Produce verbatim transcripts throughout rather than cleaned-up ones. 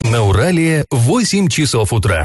На Урале восемь часов утра.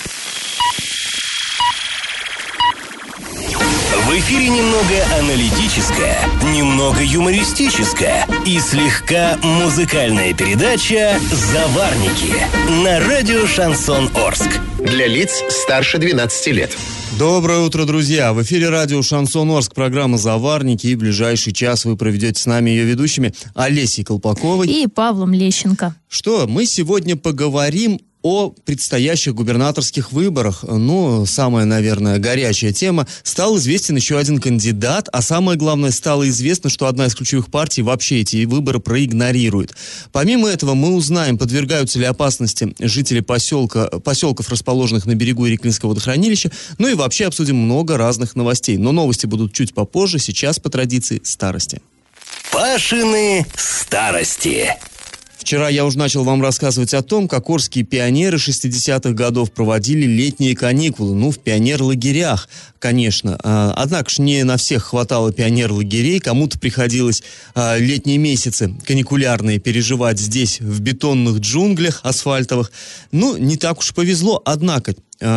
В эфире немного аналитическая, немного юмористическая и слегка музыкальная передача «Заварники» на радио «Шансон Орск». Для лиц старше двенадцати лет. Доброе утро, друзья! В эфире радио «Шансон Орск», программа «Заварники», и в ближайший час вы проведете с нами ее ведущими Олесей Колпаковой и Павлом Лещенко. Что, мы сегодня поговорим о предстоящих губернаторских выборах. Ну, самая, наверное, горячая тема. Стал известен еще один кандидат, а самое главное, стало известно, что одна из ключевых партий вообще эти выборы проигнорирует. Помимо этого, мы узнаем, подвергаются ли опасности жители поселка, поселков, расположенных на берегу Иреклинского водохранилища, ну и вообще обсудим много разных новостей. Но новости будут чуть попозже, сейчас по традиции старости. Пашины старости. Вчера я уже начал вам рассказывать о том, как орские пионеры шестидесятых годов проводили летние каникулы, ну, в пионер-лагерях, конечно. Однако ж не на всех хватало пионер-лагерей, кому-то приходилось летние месяцы каникулярные переживать здесь, в бетонных джунглях асфальтовых. Ну, не так уж повезло, однако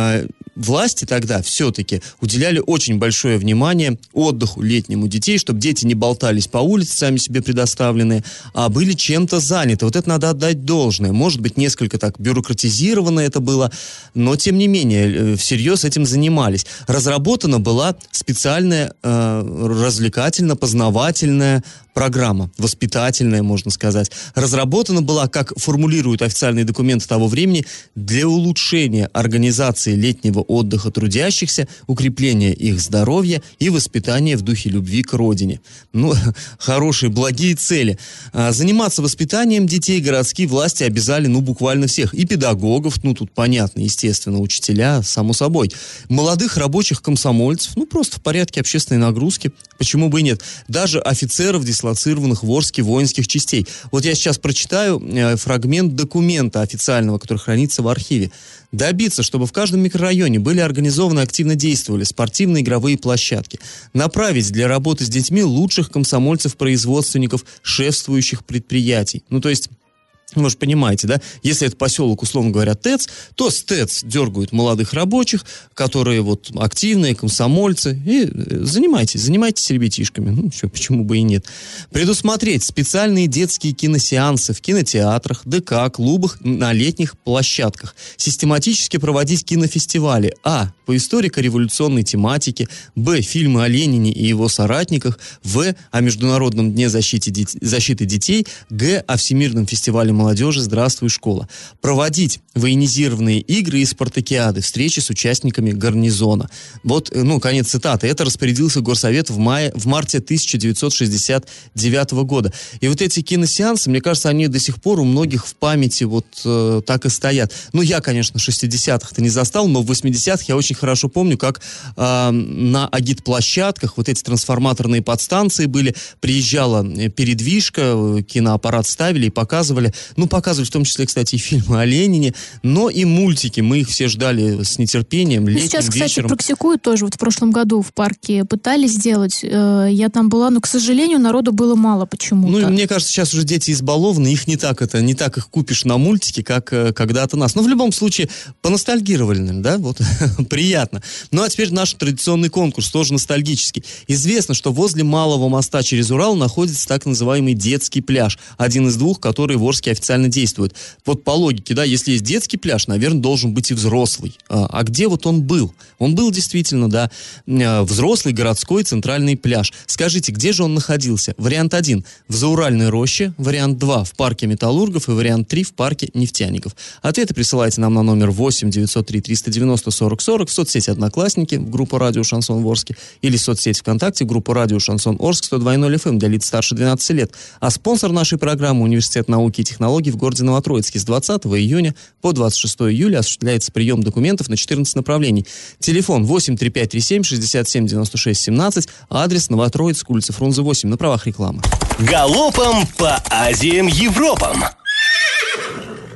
власти тогда все-таки уделяли очень большое внимание отдыху летнему детей, чтобы дети не болтались по улице, сами себе предоставленные, а были чем-то заняты. Вот это надо отдать должное. Может быть, несколько так бюрократизировано это было, но, тем не менее, всерьез этим занимались. Разработана была специальная э, развлекательно-познавательная программа, воспитательная, можно сказать. Разработана была, как формулируют официальные документы того времени, для улучшения организации летнего отдыха трудящихся, укрепления их здоровья и воспитания в духе любви к родине. Ну, хорошие, благие цели. А, заниматься воспитанием детей городские власти обязали, ну, буквально всех. И педагогов, ну, тут понятно, естественно, учителя, само собой. Молодых рабочих комсомольцев, ну, просто в порядке общественной нагрузки, почему бы и нет. Даже офицеров, дислоцированных в Орске воинских частей. Вот я сейчас прочитаю э, фрагмент документа официального, который хранится в архиве. Добиться, чтобы в каждом микрорайоне были организованы, активно действовали спортивные игровые площадки. Направить для работы с детьми лучших комсомольцев-производственников шефствующих предприятий. Ну, то есть... Вы же понимаете, да? Если это поселок, условно говоря, ТЭЦ, то с ТЭЦ дергают молодых рабочих, которые вот активные, комсомольцы, и занимайтесь, занимайтесь ребятишками. Ну, что, почему бы и нет. Предусмотреть специальные детские киносеансы в кинотеатрах, ДК, клубах, на летних площадках. Систематически проводить кинофестивали. А. По историко-революционной тематике. Б. Фильмы о Ленине и его соратниках. В. О Международном дне защиты, дет... защиты детей. Г. О Всемирном фестивале молодежи «Здравствуй, школа». Проводить военизированные игры и спартакиады, встречи с участниками гарнизона. Вот, ну, конец цитаты. Это распорядился Горсовет в, мае, в марте тысяча девятьсот шестьдесят девятого года. И вот эти киносеансы, мне кажется, они до сих пор у многих в памяти вот э, так и стоят. Ну, я, конечно, шестидесятых-то не застал, но в восьмидесятых я очень хорошо помню, как э, на агитплощадках вот эти трансформаторные подстанции были, приезжала передвижка, киноаппарат ставили и показывали. Ну, показывали в том числе, кстати, и фильмы о Ленине, но и мультики. Мы их все ждали с нетерпением летним сейчас, кстати, вечером. практикуют тоже. Вот в прошлом году в парке пытались сделать. Я там была, но, к сожалению, народу было мало почему-то. Ну, и мне кажется, сейчас уже дети избалованы, их не так это, не так их купишь на мультики, как когда-то нас. Но в любом случае, поностальгировали, да, вот, приятно. Ну, а теперь наш традиционный конкурс, тоже ностальгический. Известно, что возле Малого моста через Урал находится так называемый детский пляж. Один из двух, который в Орске официально действует. Вот по логике, да, если есть детский пляж, наверное, должен быть и взрослый. А, а где вот он был? Он был действительно, да, взрослый городской центральный пляж. Скажите, где же он находился? Вариант один – в Зауральной роще, вариант два – в парке Металлургов и вариант три – в парке Нефтяников. Ответы присылайте нам на номер восемь девятьсот три триста девяносто сорок сорок в соцсети «Одноклассники», в группу «Радио Шансон в Орске» или в соцсети ВКонтакте, группу «Радио Шансон Орск» сто два ноль эф эм для лиц старше двенадцати лет. А спонсор нашей программы – Университет науки и технологий в городе Новотроицке. С двадцатого июня по двадцать шестого июля осуществляется прием документов на четырнадцать направлений. Телефон восемь три пять три семь шестьдесят семь девяносто шесть семнадцать, адрес Новотроицк, улица Фрунзе восемь, на правах рекламы. Галопом по Азиям Европам.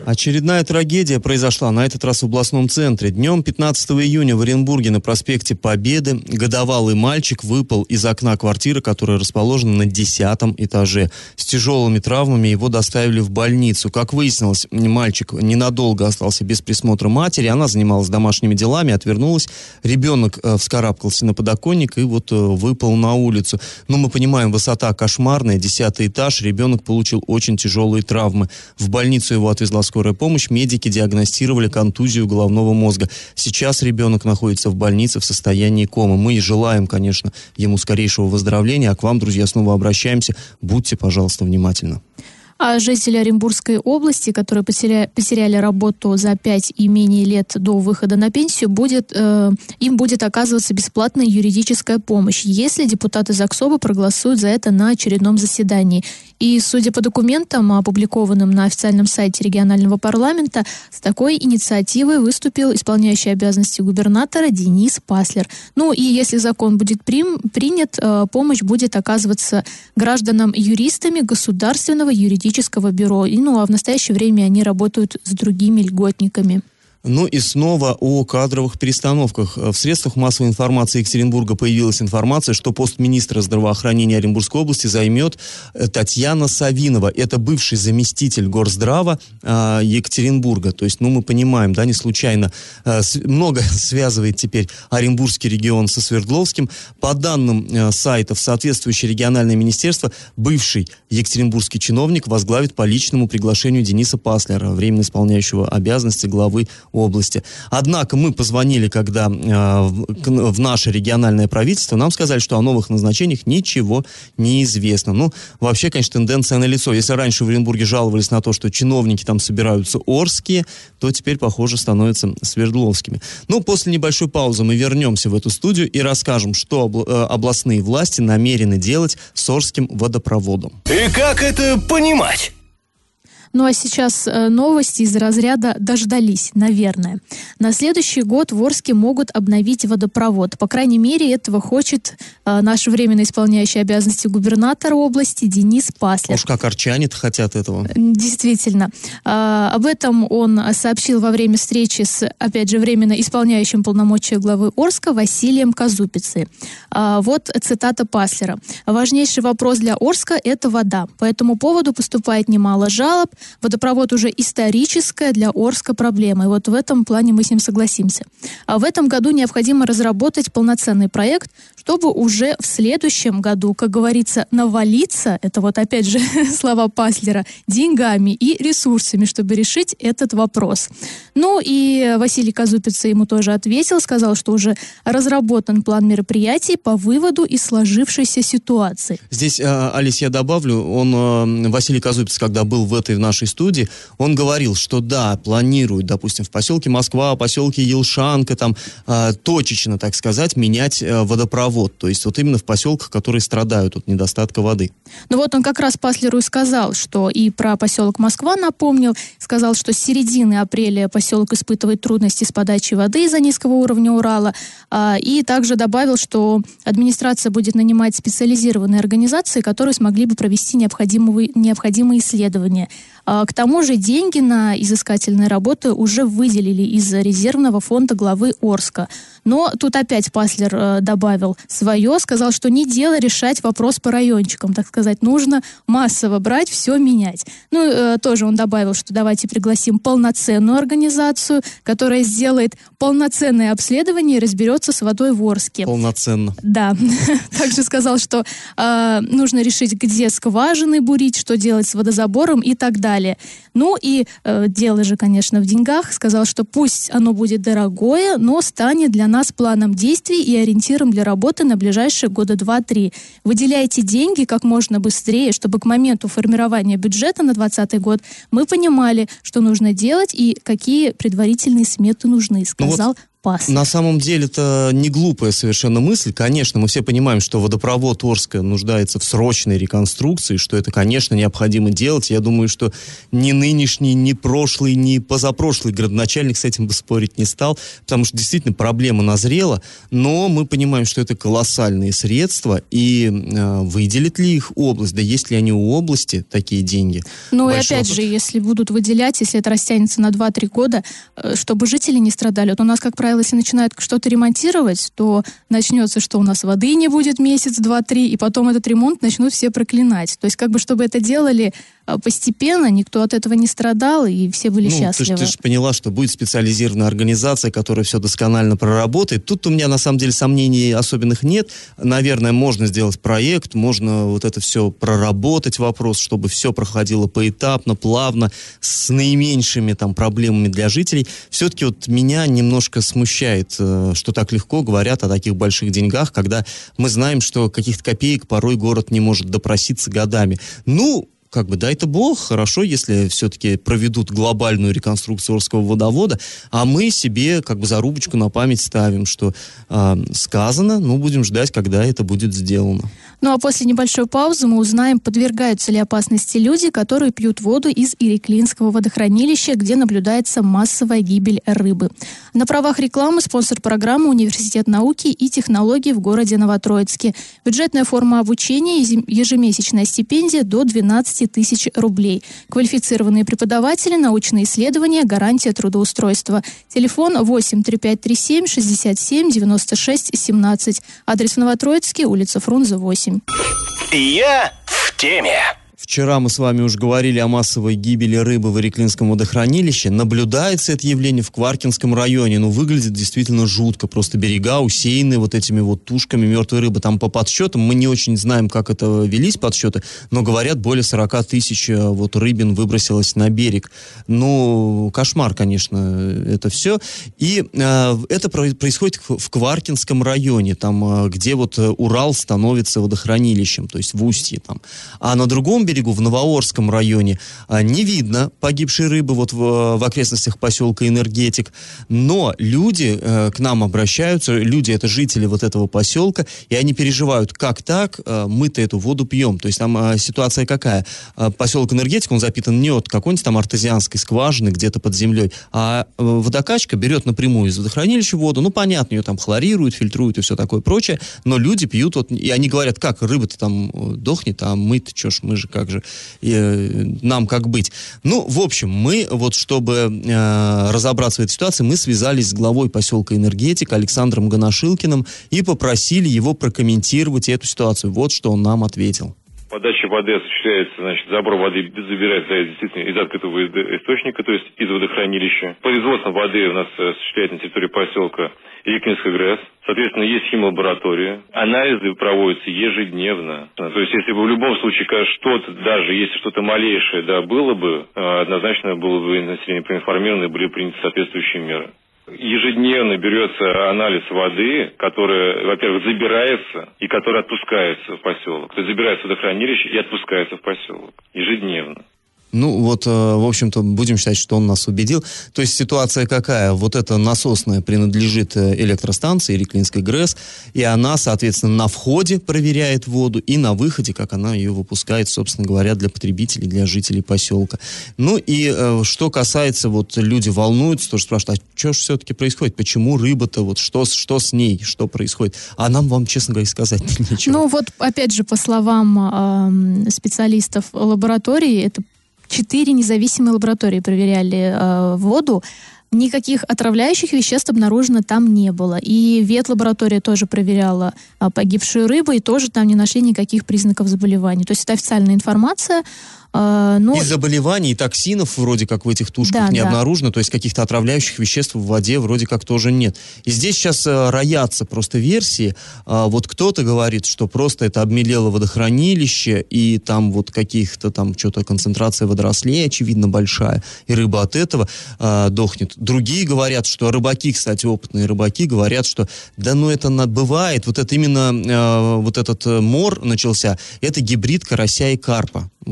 Очередная трагедия произошла, на этот раз в областном центре. Днем пятнадцатого июня в Оренбурге на проспекте Победы годовалый мальчик выпал из окна квартиры, которая расположена на десятом этаже. С тяжелыми травмами его доставили в больницу. Как выяснилось, мальчик ненадолго остался без присмотра матери. Она занималась домашними делами, отвернулась. Ребенок э, вскарабкался на подоконник и вот э, выпал на улицу. Но мы понимаем, высота кошмарная, десятый этаж. Ребенок получил очень тяжелые травмы. В больницу его отвезла скорая помощь, медики диагностировали контузию головного мозга. Сейчас ребенок находится в больнице в состоянии комы. Мы желаем, конечно, ему скорейшего выздоровления, а к вам, друзья, снова обращаемся. Будьте, пожалуйста, внимательны. А жители Оренбургской области, которые потеря... потеряли работу за пять и менее лет до выхода на пенсию, будет, э, им будет оказываться бесплатная юридическая помощь, если депутаты ЗАГСОБа проголосуют за это на очередном заседании. И, судя по документам, опубликованным на официальном сайте регионального парламента, с такой инициативой выступил исполняющий обязанности губернатора Денис Паслер. Ну и если закон будет прим... принят, э, помощь будет оказываться гражданам юристами Государственного юридического бюро. И, ну, а в настоящее время они работают с другими льготниками. Ну и снова о кадровых перестановках. В средствах массовой информации Екатеринбурга появилась информация, что пост министра здравоохранения Оренбургской области займет Татьяна Савинова. Это бывший заместитель Горздрава э, Екатеринбурга. То есть, ну, мы понимаем, да, не случайно э, с, много связывает теперь Оренбургский регион со Свердловским. По данным э, сайтов, соответствующее региональное министерство, бывший екатеринбургский чиновник возглавит по личному приглашению Дениса Паслера, временно исполняющего обязанности главы области. Однако мы позвонили, когда э, в, в наше региональное правительство, нам сказали, что о новых назначениях ничего не известно. Ну, вообще, конечно, тенденция налицо. Если раньше в Оренбурге жаловались на то, что чиновники там собираются орские, то теперь, похоже, становятся свердловскими. Ну, после небольшой паузы мы вернемся в эту студию и расскажем, что обла- э, областные власти намерены делать с Орским водопроводом. И как это понимать? Ну а сейчас э, новости из разряда «дождались», наверное. На следующий год в Орске могут обновить водопровод. По крайней мере, этого хочет э, наш временно исполняющий обязанности губернатора области Денис Паслер. Уж как арчане-то хотят этого. Действительно. Э, об этом он сообщил во время встречи с, опять же, временно исполняющим полномочия главы Орска Василием Казупицей. Э, вот цитата Паслера. «Важнейший вопрос для Орска – это вода. По этому поводу поступает немало жалоб. Водопровод уже историческая для Орска проблема. И вот в этом плане мы с ним согласимся. А в этом году необходимо разработать полноценный проект, чтобы уже в следующем году, как говорится, навалиться, это вот опять же слова Паслера, деньгами и ресурсами, чтобы решить этот вопрос». Ну и Василий Казупица ему тоже ответил, сказал, что уже разработан план мероприятий по выводу из сложившейся ситуации. Здесь, Алис, я добавлю, он, Василий Казупица, когда был в этой в нашей студии, он говорил, что да, планируют, допустим, в поселке Москва, поселке Елшанка, там, э, точечно, так сказать, менять э, водопровод. То есть вот именно в поселках, которые страдают от недостатка воды. Ну вот он как раз Паслеру и сказал, что и про поселок Москва напомнил, сказал, что с середины апреля поселок испытывает трудности с подачей воды из-за низкого уровня Урала, э, и также добавил, что администрация будет нанимать специализированные организации, которые смогли бы провести необходимые, необходимые исследования. К тому же деньги на изыскательные работы уже выделили из резервного фонда главы Орска. Но тут опять Паслер э, добавил свое, сказал, что не дело решать вопрос по райончикам, так сказать, нужно массово брать, все менять. Ну, э, тоже он добавил, что давайте пригласим полноценную организацию, которая сделает полноценное обследование и разберется с водой в Орске. Полноценно. Да. Также сказал, что э, нужно решить, где скважины бурить, что делать с водозабором и так далее. Ну и э, дело же, конечно, в деньгах. Сказал, что пусть оно будет дорогое, но станет для нас планом действий и ориентиром для работы на ближайшие года два-три. Выделяйте деньги как можно быстрее, чтобы к моменту формирования бюджета на двадцатый год мы понимали, что нужно делать и какие предварительные сметы нужны, сказал ну вот Паслер. На самом деле это не глупая совершенно мысль. Конечно, мы все понимаем, что водопровод Орска нуждается в срочной реконструкции, что это, конечно, необходимо делать. Я думаю, что ни нынешний, ни прошлый, ни позапрошлый градоначальник с этим бы спорить не стал, потому что действительно проблема назрела, но мы понимаем, что это колоссальные средства, и э, выделит ли их область, да есть ли они у области такие деньги? Ну и Большой опять вопрос. же, если будут выделять, если это растянется на два-три года, э, чтобы жители не страдали. Вот у нас, как правило, если начинают что-то ремонтировать, то начнется, что у нас воды не будет месяц, два, три, и потом этот ремонт начнут все проклинать. То есть, как бы, чтобы это делали постепенно, никто от этого не страдал, и все были ну, счастливы. Ты, ты же поняла, что будет специализированная организация, которая все досконально проработает. Тут у меня, на самом деле, сомнений особенных нет. Наверное, можно сделать проект, можно вот это все проработать, вопрос, чтобы все проходило поэтапно, плавно, с наименьшими там проблемами для жителей. Все-таки вот меня немножко смущает, что так легко говорят о таких больших деньгах, когда мы знаем, что каких-то копеек порой город не может допроситься годами. Ну, как бы, дай-то бог, хорошо, если все-таки проведут глобальную реконструкцию Орского водовода, а мы себе как бы зарубочку на память ставим, что э, сказано, ну, будем ждать, когда это будет сделано. Ну, а после небольшой паузы мы узнаем, подвергаются ли опасности люди, которые пьют воду из Ириклинского водохранилища, где наблюдается массовая гибель рыбы. На правах рекламы спонсор программы Университет науки и технологий в городе Новотроицке. Бюджетная форма обучения, ежемесячная стипендия до двенадцати тысяч рублей. Квалифицированные преподаватели, научные исследования, гарантия трудоустройства. Телефон восемь три пять три семь шестьдесят семь девяносто шесть семнадцать. Адрес в Новотроицке, улица Фрунзе, восемь. Я в теме. Вчера мы с вами уже говорили о массовой гибели рыбы в Ириклинском водохранилище. Наблюдается это явление в Кваркинском районе. Ну, выглядит действительно жутко. Просто берега усеяны вот этими вот тушками мертвой рыбы. Там по подсчетам, мы не очень знаем, как это велись подсчеты, но говорят, более сорок тысяч вот рыбин выбросилось на берег. Ну, кошмар, конечно, это все. И э, это происходит в Кваркинском районе, там, где вот Урал становится водохранилищем, то есть в устье там. А на другом берегу, в Новоорском районе, не видно погибшей рыбы вот в, в окрестностях поселка Энергетик, но люди э, к нам обращаются, люди это жители вот этого поселка, и они переживают, как так, э, мы-то эту воду пьем. То есть там э, ситуация какая? Э, поселок Энергетик, он запитан не от какой-нибудь там артезианской скважины где-то под землей, а э, водокачка берет напрямую из водохранилища воду, ну понятно, ее там хлорируют, фильтруют и все такое прочее, но люди пьют, вот, и они говорят, как, рыба-то там дохнет, а мы-то что ж, мы же как же, э, нам как быть. Ну, в общем, мы вот, чтобы э, разобраться в этой ситуации, мы связались с главой поселка Энергетик Александром Ганашилкиным и попросили его прокомментировать эту ситуацию. Вот что он нам ответил. Подача воды осуществляется, значит, забор воды забирается действительно из открытого источника, то есть из водохранилища. Производство воды у нас осуществляется на территории поселка Ириклинская ГРЭС. Соответственно, есть химлаборатория. Анализы проводятся ежедневно. То есть, если бы в любом случае что-то, даже если что-то малейшее, да, было бы, однозначно было бы население проинформировано и были приняты соответствующие меры. Ежедневно берется анализ воды, которая, во-первых, забирается и которая отпускается в поселок. То есть забирается в водохранилище и отпускается в поселок. Ежедневно. Ну, вот, э, в общем-то, будем считать, что он нас убедил. То есть ситуация какая? Вот эта насосная принадлежит электростанции Ириклинской ГРЭС, и она, соответственно, на входе проверяет воду, и на выходе, как она ее выпускает, собственно говоря, для потребителей, для жителей поселка. Ну, и э, что касается, вот, люди волнуются, тоже спрашивают, а что же все-таки происходит? Почему рыба-то, вот, что, что с ней, что происходит? А нам, вам, честно говоря, сказать нечего. Ну, вот, опять же, по словам э, специалистов лаборатории, это Четыре независимые лаборатории проверяли э, воду. Никаких отравляющих веществ обнаружено там не было. И ветлаборатория тоже проверяла э, погибшую рыбу, и тоже там не нашли никаких признаков заболеваний. То есть это официальная информация. Э, но... И заболеваний, и токсинов вроде как в этих тушках да, не да. обнаружено, то есть каких-то отравляющих веществ в воде вроде как тоже нет. И здесь сейчас э, роятся просто версии. Э, вот кто-то говорит, что просто это обмелело водохранилище, и там вот каких-то там что-то концентрация водорослей, очевидно, большая, и рыба от этого э, дохнет. Другие говорят, что рыбаки, кстати, опытные рыбаки, говорят, что да ну это бывает, вот это именно э, вот этот мор начался, это гибрид карася и карпа. И в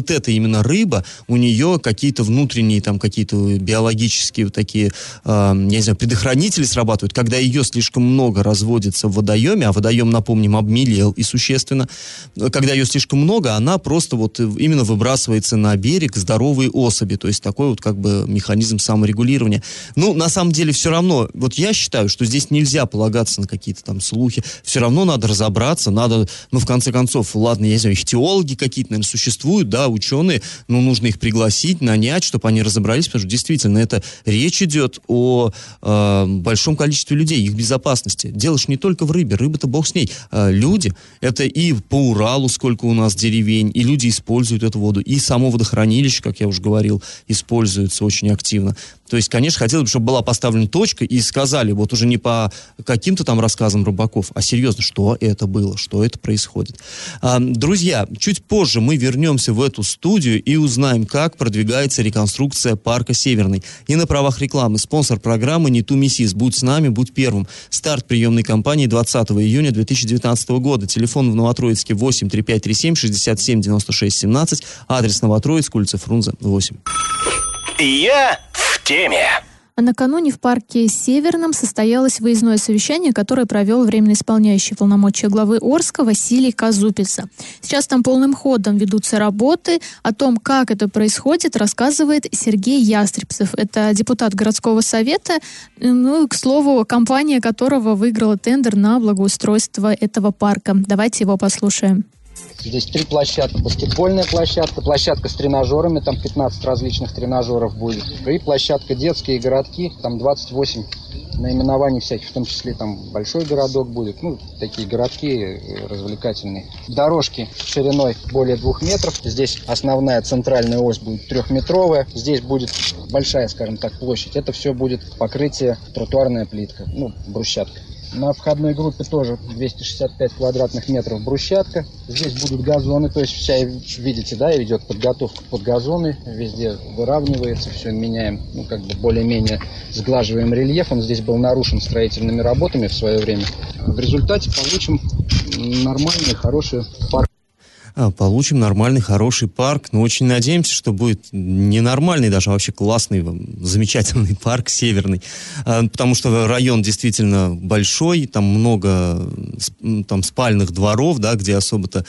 вот эта именно рыба, у нее какие-то внутренние, там, какие-то биологические вот такие, э, я не знаю, предохранители срабатывают, когда ее слишком много разводится в водоеме, а водоем, напомним, обмелел и существенно, когда ее слишком много, она просто вот именно выбрасывается на берег здоровые особи, то есть такой вот как бы механизм саморегулирования. Ну, на самом деле, все равно, вот я считаю, что здесь нельзя полагаться на какие-то там слухи, все равно надо разобраться, надо, ну, в конце концов, ладно, я не знаю, ихтиологи какие-то, наверное, существуют, да, ученые, но нужно их пригласить, нанять, чтобы они разобрались, потому что действительно это речь идет о э, большом количестве людей, их безопасности. Дело ж не только в рыбе, рыба-то бог с ней. Э, люди, это и по Уралу сколько у нас деревень, и люди используют эту воду, и само водохранилище, как я уже говорил, используется очень активно. То есть, конечно, хотелось бы, чтобы была поставлена точка и сказали, вот уже не по каким-то там рассказам рыбаков, а серьезно, что это было, что это происходит. А, друзья, чуть позже мы вернемся в эту студию и узнаем, как продвигается реконструкция парка Северный. И на правах рекламы спонсор программы «Не ту миссис». Будь с нами, будь первым. Старт приемной кампании двадцатого июня две тысячи девятнадцатого года. Телефон в Новотроицке восемь три пять три семь шестьдесят семь девяносто шесть семнадцать. Адрес Новотроицк, улица Фрунзе, восемь. Я в теме. Накануне в парке Северном состоялось выездное совещание, которое провел временно исполняющий полномочия главы Орска Василий Казупица. Сейчас там полным ходом ведутся работы. О том, как это происходит, рассказывает Сергей Ястребцев. Это депутат городского совета, ну, к слову, компания которого выиграла тендер на благоустройство этого парка. Давайте его послушаем. Здесь три площадки. Баскетбольная площадка, площадка с тренажерами, там пятнадцать различных тренажеров будет. И площадка детские городки, там двадцать восемь наименований всяких, в том числе там большой городок будет, ну, такие городки развлекательные. Дорожки шириной более двух метров. Здесь основная центральная ось будет трехметровая. Здесь будет большая, скажем так, площадь. Это все будет покрытие, тротуарная плитка, ну, брусчатка. На входной группе тоже двести шестьдесят пять квадратных метров брусчатка. Здесь будут газоны, то есть вся, видите, да, идет подготовка под газоны. Везде выравнивается, все меняем, ну, как бы более-менее сглаживаем рельеф. Он здесь был нарушен строительными работами в свое время. В результате получим нормальный, хороший парк. Получим нормальный, хороший парк, но очень надеемся, что будет не нормальный, даже а вообще классный, замечательный парк Северный, потому что район действительно большой, там много там спальных дворов, да, где особо-то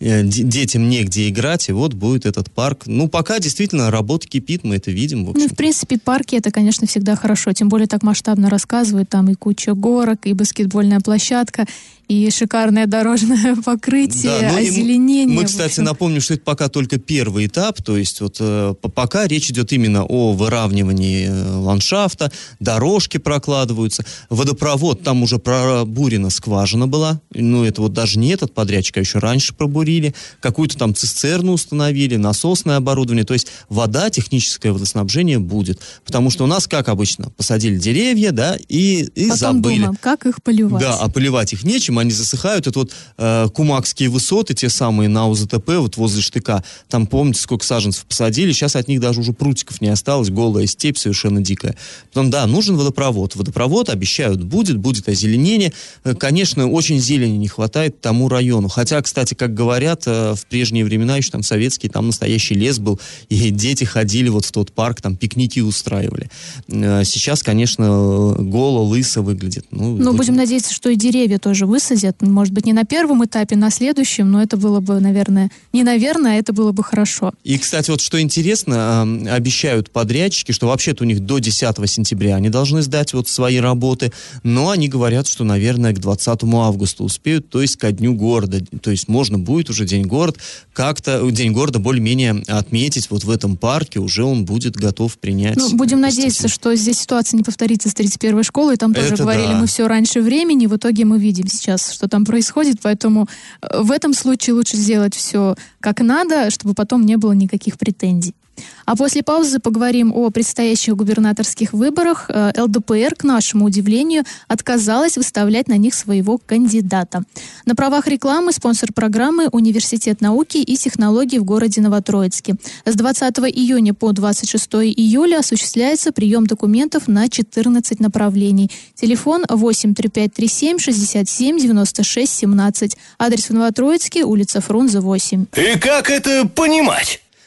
детям негде играть, и вот будет этот парк. Ну, пока действительно работа кипит, мы это видим. В общем. Ну, в принципе, парки это, конечно, всегда хорошо, тем более так масштабно рассказывают, там и куча горок, и баскетбольная площадка, и шикарное дорожное покрытие, да, озеленение. Мы, кстати, напомним, что это пока только первый этап, то есть вот э, пока речь идет именно о выравнивании э, ландшафта, дорожки прокладываются, водопровод, там уже пробурена скважина была, ну это вот даже не этот подрядчик, а еще раньше пробурили, какую-то там цистерну установили, насосное оборудование, то есть вода, техническое водоснабжение будет, потому что у нас, как обычно, посадили деревья, да, и, и Потом забыли. думаем, как их поливать. Да, а поливать их нечем, они засыхают. Это вот э, кумакские высоты, те самые на УЗТП, вот возле Штыка. Там, помните, сколько саженцев посадили, сейчас от них даже уже прутиков не осталось, голая степь совершенно дикая. Потом, да, нужен водопровод. Водопровод, обещают, будет, будет озеленение. Э, конечно, очень зелени не хватает тому району. Хотя, кстати, как говорят, э, в прежние времена, еще там советские, там настоящий лес был, и дети ходили вот в тот парк, там пикники устраивали. Э, сейчас, конечно, голо, лысо выглядит. Ну, ну будем... будем надеяться, что и деревья тоже высадят. Может быть, не на первом этапе, на следующем, но это было бы, наверное, не наверное, а это было бы хорошо. И, кстати, вот что интересно, обещают подрядчики, что вообще-то у них до десятого сентября они должны сдать вот свои работы, но они говорят, что, наверное, к двадцатому августа успеют, то есть ко дню города. То есть можно будет уже День города как-то, День города более-менее отметить вот в этом парке, уже он будет готов принять. Ну, будем надеяться, что здесь ситуация не повторится с тридцать первой школой, там тоже это говорили, да. Мы все раньше времени, в итоге мы видим сейчас, что там происходит, поэтому в этом случае лучше сделать все как надо, чтобы потом не было никаких претензий. А после паузы поговорим о предстоящих губернаторских выборах. эл дэ пэ эр, к нашему удивлению, отказалась выставлять на них своего кандидата. На правах рекламы спонсор программы «Университет науки и технологий в городе Новотроицке». С двадцатого июня по двадцать шестого июля осуществляется прием документов на четырнадцать направлений. Телефон восемь три пять три семь шестьдесят семь девяносто шесть семнадцать. Адрес в Новотроицке, улица Фрунзе, восемь. И как это понимать?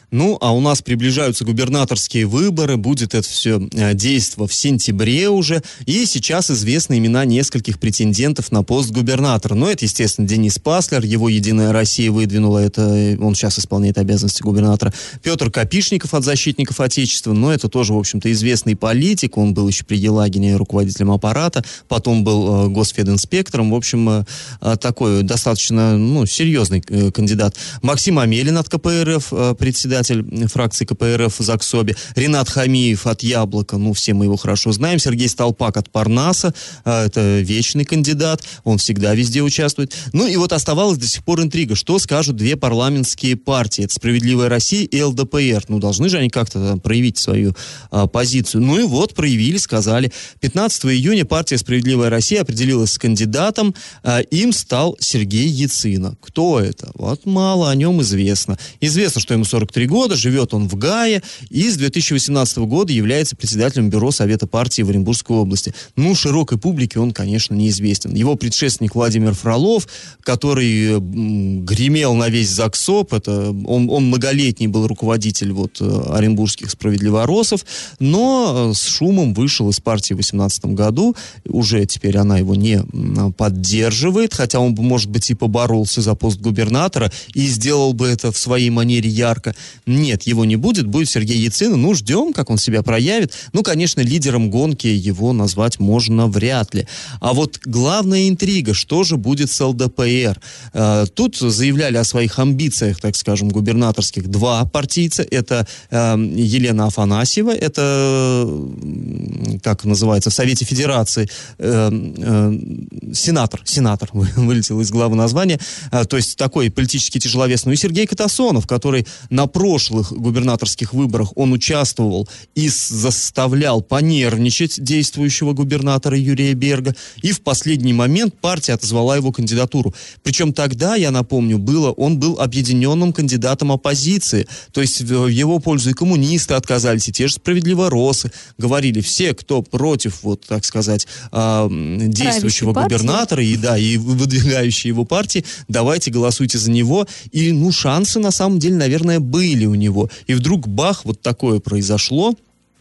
Ну, а у нас приближаются губернаторские выборы, будет это все действо в сентябре уже, и сейчас известны имена нескольких претендентов на пост губернатора. Ну, это, естественно, Денис Паслер, его «Единая Россия» выдвинула, это он сейчас исполняет обязанности губернатора. Петр Копишников от «Защитников Отечества», но это тоже, в общем-то, известный политик, он был еще при Елагине руководителем аппарата, потом был э, госфединспектором, в общем, э, такой достаточно, ну, серьезный э, кандидат. Максим Амелин от ка пэ эр эф, э, председатель фракции ка пэ эр эф в Заксобе, Ренат Хамиев от «Яблока», ну, все мы его хорошо знаем, Сергей Столпак от Парнаса, э, это вечный кандидат, он всегда везде участвует. Ну, и вот оставалась до сих пор интрига, что скажут две парламентские партии, это «Справедливая Россия» и эл дэ пэ эр. Ну, должны же они как-то проявить свою э, позицию. Ну, и вот, проявили, сказали. пятнадцатого июня партия «Справедливая Россия» определилась с кандидатом, э, им стал Сергей Яцина. Кто это? Вот мало о нем известно. Известно, что ему сорок три года, живет он в Гае, и с две тысячи восемнадцатого года является председателем бюро Совета партии в Оренбургской области. Ну, широкой публике он, конечно, неизвестен. Его предшественник Владимир Фролов, который м, гремел на весь Заксоб, это, он, он многолетний был руководитель вот, оренбургских справедливоросов, но с шумом вышел из партии в восемнадцатом году, уже теперь она его не поддерживает, хотя он бы, может быть, и поборолся за пост губернатора и сделал бы это в своей манере ярко. Нет, его не будет, будет Сергей Яцина, ну, ждем, как он себя проявит. Ну, конечно, лидером гонки его назвать можно вряд ли. А вот главная интрига, что же будет с эл дэ пэ эр? Э, тут заявляли о своих амбициях, так скажем, губернаторских два партийца. Это э, Елена Афанасьева, это, как называется, в Совете Федерации, э, э, сенатор, сенатор, вылетел из главы названия, э, то есть такой политический тяжеловес. Ну и Сергей Катасонов, который на прошлых губернаторских выборах он участвовал и заставлял понервничать действующего губернатора Юрия Берга, и в последний момент партия отозвала его кандидатуру. Причем тогда, я напомню, было, он был объединенным кандидатом оппозиции, то есть в его пользу и коммунисты отказались, и те же справедливоросы говорили, все, кто против, вот, так сказать, э, действующего губернатора и, да, и выдвигающей его партии, давайте голосуйте за него. И, ну, шансы, на самом деле, наверное, были у него. И вдруг, бах, вот такое произошло.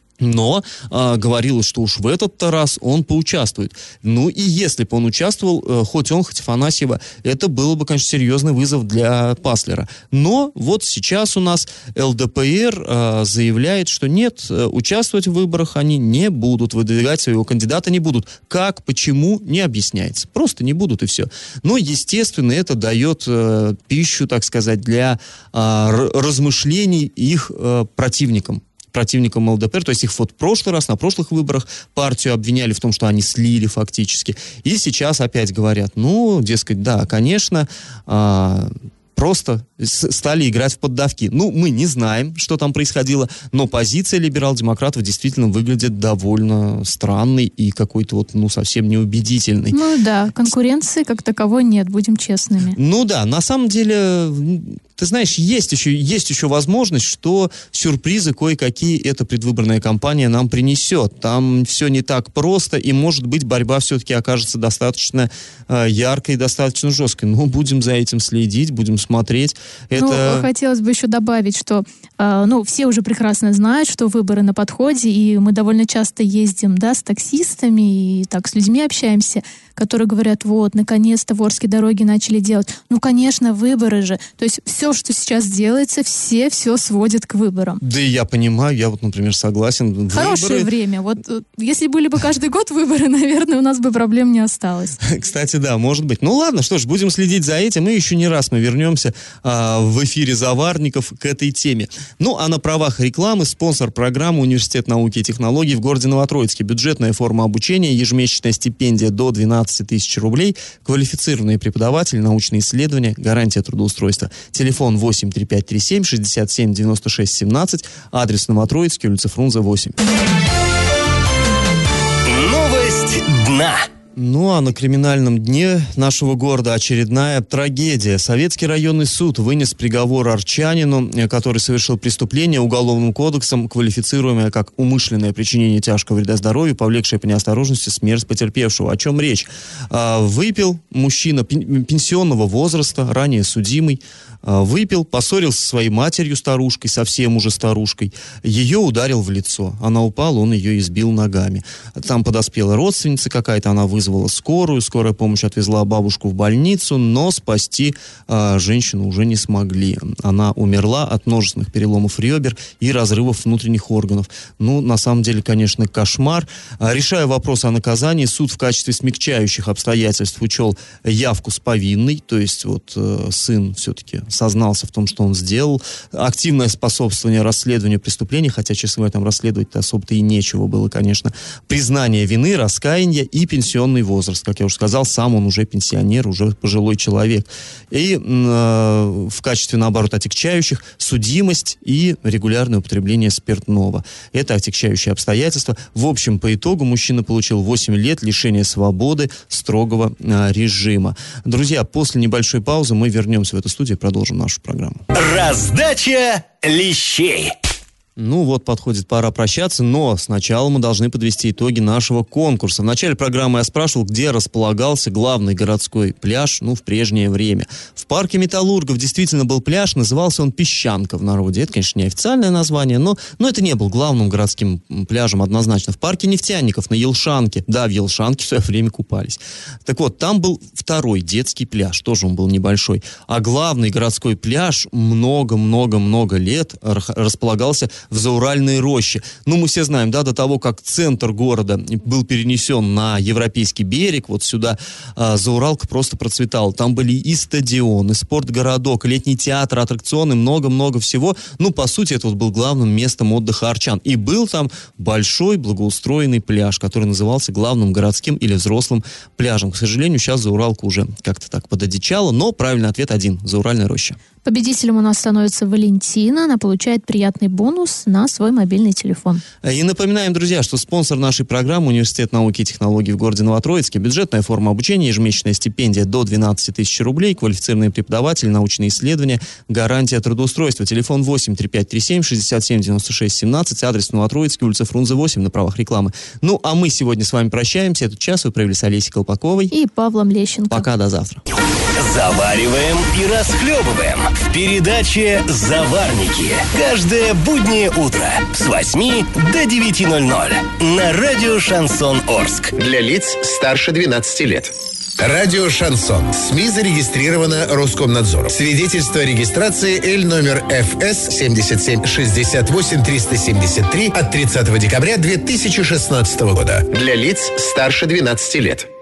Но э, говорилось, что уж в этот раз он поучаствует. Ну и если бы он участвовал, э, хоть он, хоть Афанасьева, это было бы, конечно, серьезный вызов для Паслера. Но вот сейчас у нас эл дэ пэ эр э, заявляет, что нет, э, участвовать в выборах они не будут, выдвигать своего кандидата не будут. Как, почему, не объясняется. Просто не будут, и все. Но, естественно, это дает э, пищу, так сказать, для э, размышлений их э, противникам. противникам эл дэ пэ эр, то есть их вот в прошлый раз, на прошлых выборах партию обвиняли в том, что они слили фактически, и сейчас опять говорят, ну, дескать, да, конечно, а, просто стали играть в поддавки. Ну, мы не знаем, что там происходило, но позиция либерал-демократов действительно выглядит довольно странной и какой-то вот, ну, совсем неубедительной. Ну да, конкуренции как таковой нет, будем честными. Ну да, на самом деле, ты знаешь, есть еще, есть еще возможность, что сюрпризы кое-какие эта предвыборная кампания нам принесет. Там все не так просто, и, может быть, борьба все-таки окажется достаточно э, яркой и достаточно жесткой. Но будем за этим следить, будем смотреть. Это... Ну, хотелось бы еще добавить, что э, ну, все уже прекрасно знают, что выборы на подходе, и мы довольно часто ездим, да, с таксистами и так с людьми общаемся, которые говорят, вот, наконец-то в Орске дороги начали делать. Ну, конечно, выборы же. То есть все, что сейчас делается, все все сводят к выборам. Да и я понимаю, я вот, например, согласен. Хорошее выборы... время. Вот если были бы каждый год выборы, наверное, у нас бы проблем не осталось. Кстати, да, может быть. Ну ладно, что ж, будем следить за этим, и еще не раз мы вернемся а, в эфире «Заварников» к этой теме. Ну, а на правах рекламы спонсор программы Университет науки и технологий в городе Новотроицке. Бюджетная форма обучения, ежемесячная стипендия до двенадцати тысяч рублей, квалифицированные преподаватели, научные исследования, гарантия трудоустройства. Телефон восемь три пять три семь шестьдесят семь девяносто шесть семнадцать, адрес Новотроицкий, улица Фрунзе, восемь. Новость дна. Ну, а на криминальном дне нашего города очередная трагедия. Советский районный суд вынес приговор арчанину, который совершил преступление уголовным кодексом, квалифицируемое как умышленное причинение тяжкого вреда здоровью, повлекшее по неосторожности смерть потерпевшего. О чем речь? Выпил мужчина пенсионного возраста, ранее судимый, выпил, поссорился со своей матерью, старушкой, совсем уже старушкой, ее ударил в лицо. Она упала, он ее избил ногами. Там подоспела родственница какая-то, она вызвала скорую, скорая помощь отвезла бабушку в больницу, но спасти а, женщину уже не смогли. Она умерла от множественных переломов ребер и разрывов внутренних органов. Ну, на самом деле, конечно, кошмар. А, решая вопрос о наказании, суд в качестве смягчающих обстоятельств учел явку с повинной, то есть вот э, сын все-таки сознался в том, что он сделал, активное способствование расследованию преступления, хотя, честно говоря, там расследовать-то особо-то и нечего было, конечно, признание вины, раскаяние и пенсионный возраст. Как я уже сказал, сам он уже пенсионер, уже пожилой человек. И э, в качестве, наоборот, отягчающих судимость и регулярное употребление спиртного. Это отягчающие обстоятельства. В общем, по итогу мужчина получил восемь лет лишения свободы строгого э, режима. Друзья, после небольшой паузы мы вернемся в эту студию и продолжим нашу программу. Раздача лещей. Ну вот, подходит пора прощаться, но сначала мы должны подвести итоги нашего конкурса. В начале программы я спрашивал, где располагался главный городской пляж, ну, в прежнее время. В парке Металлургов действительно был пляж, назывался он Песчанка в народе. Это, конечно, не официальное название, но, но это не был главным городским пляжем однозначно. В парке Нефтяников на Елшанке, да, в Елшанке в свое время купались. Так вот, там был второй детский пляж, тоже он был небольшой. А главный городской пляж много-много-много лет располагался в Зауральной роще. Ну, мы все знаем, да, до того, как центр города был перенесен на европейский берег, вот сюда а, Зауралка просто процветала. Там были и стадион, и спортгородок, и летний театр, аттракционы, много-много всего. Ну, по сути, это вот был главным местом отдыха арчан. И был там большой благоустроенный пляж, который назывался главным городским или взрослым пляжем. К сожалению, сейчас Зауралка уже как-то так пододичала, но правильный ответ один – Зауральная роща. Победителем у нас становится Валентина. Она получает приятный бонус на свой мобильный телефон. И напоминаем, друзья, что спонсор нашей программы — Университет науки и технологий в городе Новотроицке. Бюджетная форма обучения, ежемесячная стипендия до двенадцать тысяч рублей, квалифицированные преподаватели, научные исследования, гарантия трудоустройства. Телефон восемь три пять три семь шестьдесят семь девяносто шесть семнадцать, адрес Новотроицкий, улица Фрунзе восемь, на правах рекламы. Ну, а мы сегодня с вами прощаемся. Этот час вы провели с Олесей Колпаковой и Павлом Лещенко. Пока, до завтра. Завариваем и расхлебываем в передаче «Заварники». Каждое буднее утро с восьми до девяти ноль-ноль на радио «Шансон Орск». Для лиц старше двенадцати лет. Радио «Шансон». СМИ зарегистрировано Роскомнадзором. Свидетельство о регистрации Л номер эф эс семьдесят семь шестьдесят восемь триста семьдесят три от тридцатого декабря две тысячи шестнадцатого года. Для лиц старше двенадцати лет.